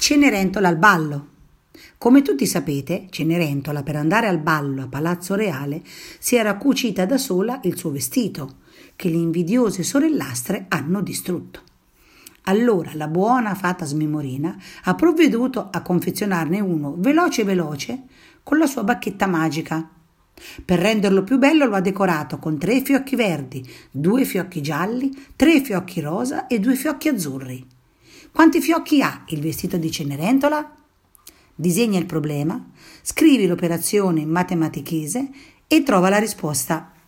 Cenerentola al ballo. Come tutti sapete, Cenerentola per andare al ballo a Palazzo Reale si era cucita da sola il suo vestito, che le invidiose sorellastre hanno distrutto. Allora la buona fata Smemorina ha provveduto a confezionarne uno veloce veloce con la sua bacchetta magica. Per renderlo più bello lo ha decorato con 3 fiocchi verdi, 2 fiocchi gialli, 3 fiocchi rosa e 2 fiocchi azzurri. Quanti fiocchi ha il vestito di Cenerentola? Disegna il problema, scrivi l'operazione in matematichese e trova la risposta.